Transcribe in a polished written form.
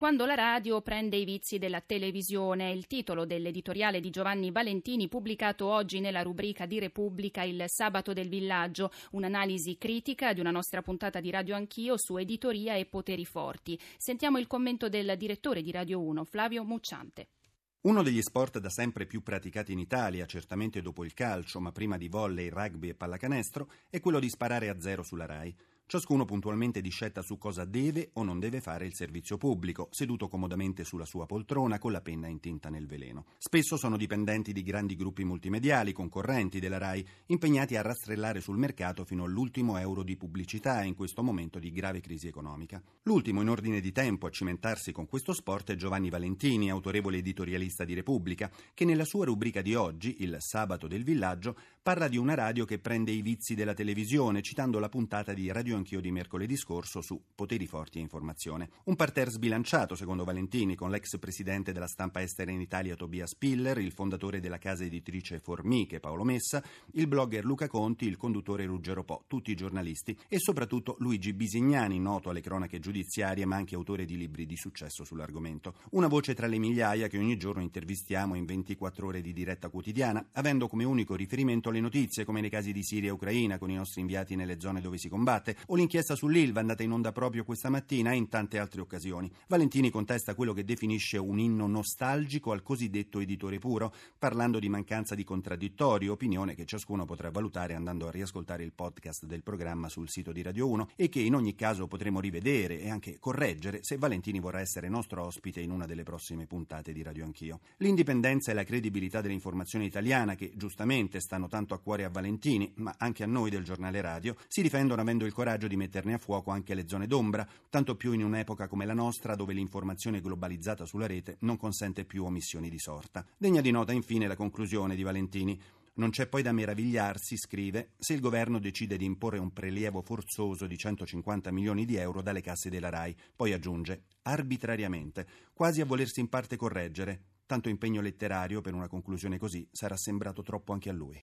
Quando la radio prende i vizi della televisione è il titolo dell'editoriale di Giovanni Valentini pubblicato oggi nella rubrica di Repubblica Il sabato del villaggio, un'analisi critica di una nostra puntata di Radio Anch'io su editoria e poteri forti. Sentiamo il commento del direttore di Radio 1, Flavio Mucciante. Uno degli sport da sempre più praticati in Italia, certamente dopo il calcio, ma prima di volley, rugby e pallacanestro, è quello di sparare a zero sulla Rai. Ciascuno puntualmente discetta su cosa deve o non deve fare il servizio pubblico, seduto comodamente sulla sua poltrona con la penna intinta nel veleno. Spesso sono dipendenti di grandi gruppi multimediali, concorrenti della Rai, impegnati a rastrellare sul mercato fino all'ultimo euro di pubblicità in questo momento di grave crisi economica. L'ultimo in ordine di tempo a cimentarsi con questo sport è Giovanni Valentini, autorevole editorialista di Repubblica, che nella sua rubrica di oggi, Il sabato del villaggio, parla di una radio che prende i vizi della televisione, citando la puntata di Radio Anch'io di mercoledì scorso su poteri forti e informazione. Un parterre sbilanciato, secondo Valentini, con l'ex presidente della stampa estera in Italia Tobias Piller, il fondatore della casa editrice Formiche Paolo Messa, il blogger Luca Conti, il conduttore Ruggero Po, tutti giornalisti, e soprattutto Luigi Bisignani, noto alle cronache giudiziarie ma anche autore di libri di successo sull'argomento. Una voce tra le migliaia che ogni giorno intervistiamo in 24 ore di diretta quotidiana, avendo come unico riferimento le notizie, come nei casi di Siria e Ucraina, con i nostri inviati nelle zone dove si combatte, o l'inchiesta sull'Ilva andata in onda proprio questa mattina e in tante altre occasioni. Valentini contesta quello che definisce un inno nostalgico al cosiddetto editore puro, parlando di mancanza di contraddittorio, opinione che ciascuno potrà valutare andando a riascoltare il podcast del programma sul sito di Radio 1 e che in ogni caso potremo rivedere e anche correggere se Valentini vorrà essere nostro ospite in una delle prossime puntate di Radio Anch'io. L'indipendenza e la credibilità dell'informazione italiana, che giustamente stanno tanto a cuore a Valentini, ma anche a noi del giornale radio, si difendono avendo il coraggio di metterne a fuoco anche le zone d'ombra, tanto più in un'epoca come la nostra dove l'informazione globalizzata sulla rete non consente più omissioni di sorta. Degna di nota infine la conclusione di Valentini. Non c'è poi da meravigliarsi, scrive, se il governo decide di imporre un prelievo forzoso di 150 milioni di euro dalle casse della Rai. Poi aggiunge, arbitrariamente, quasi a volersi in parte correggere. Tanto impegno letterario per una conclusione così sarà sembrato troppo anche a lui.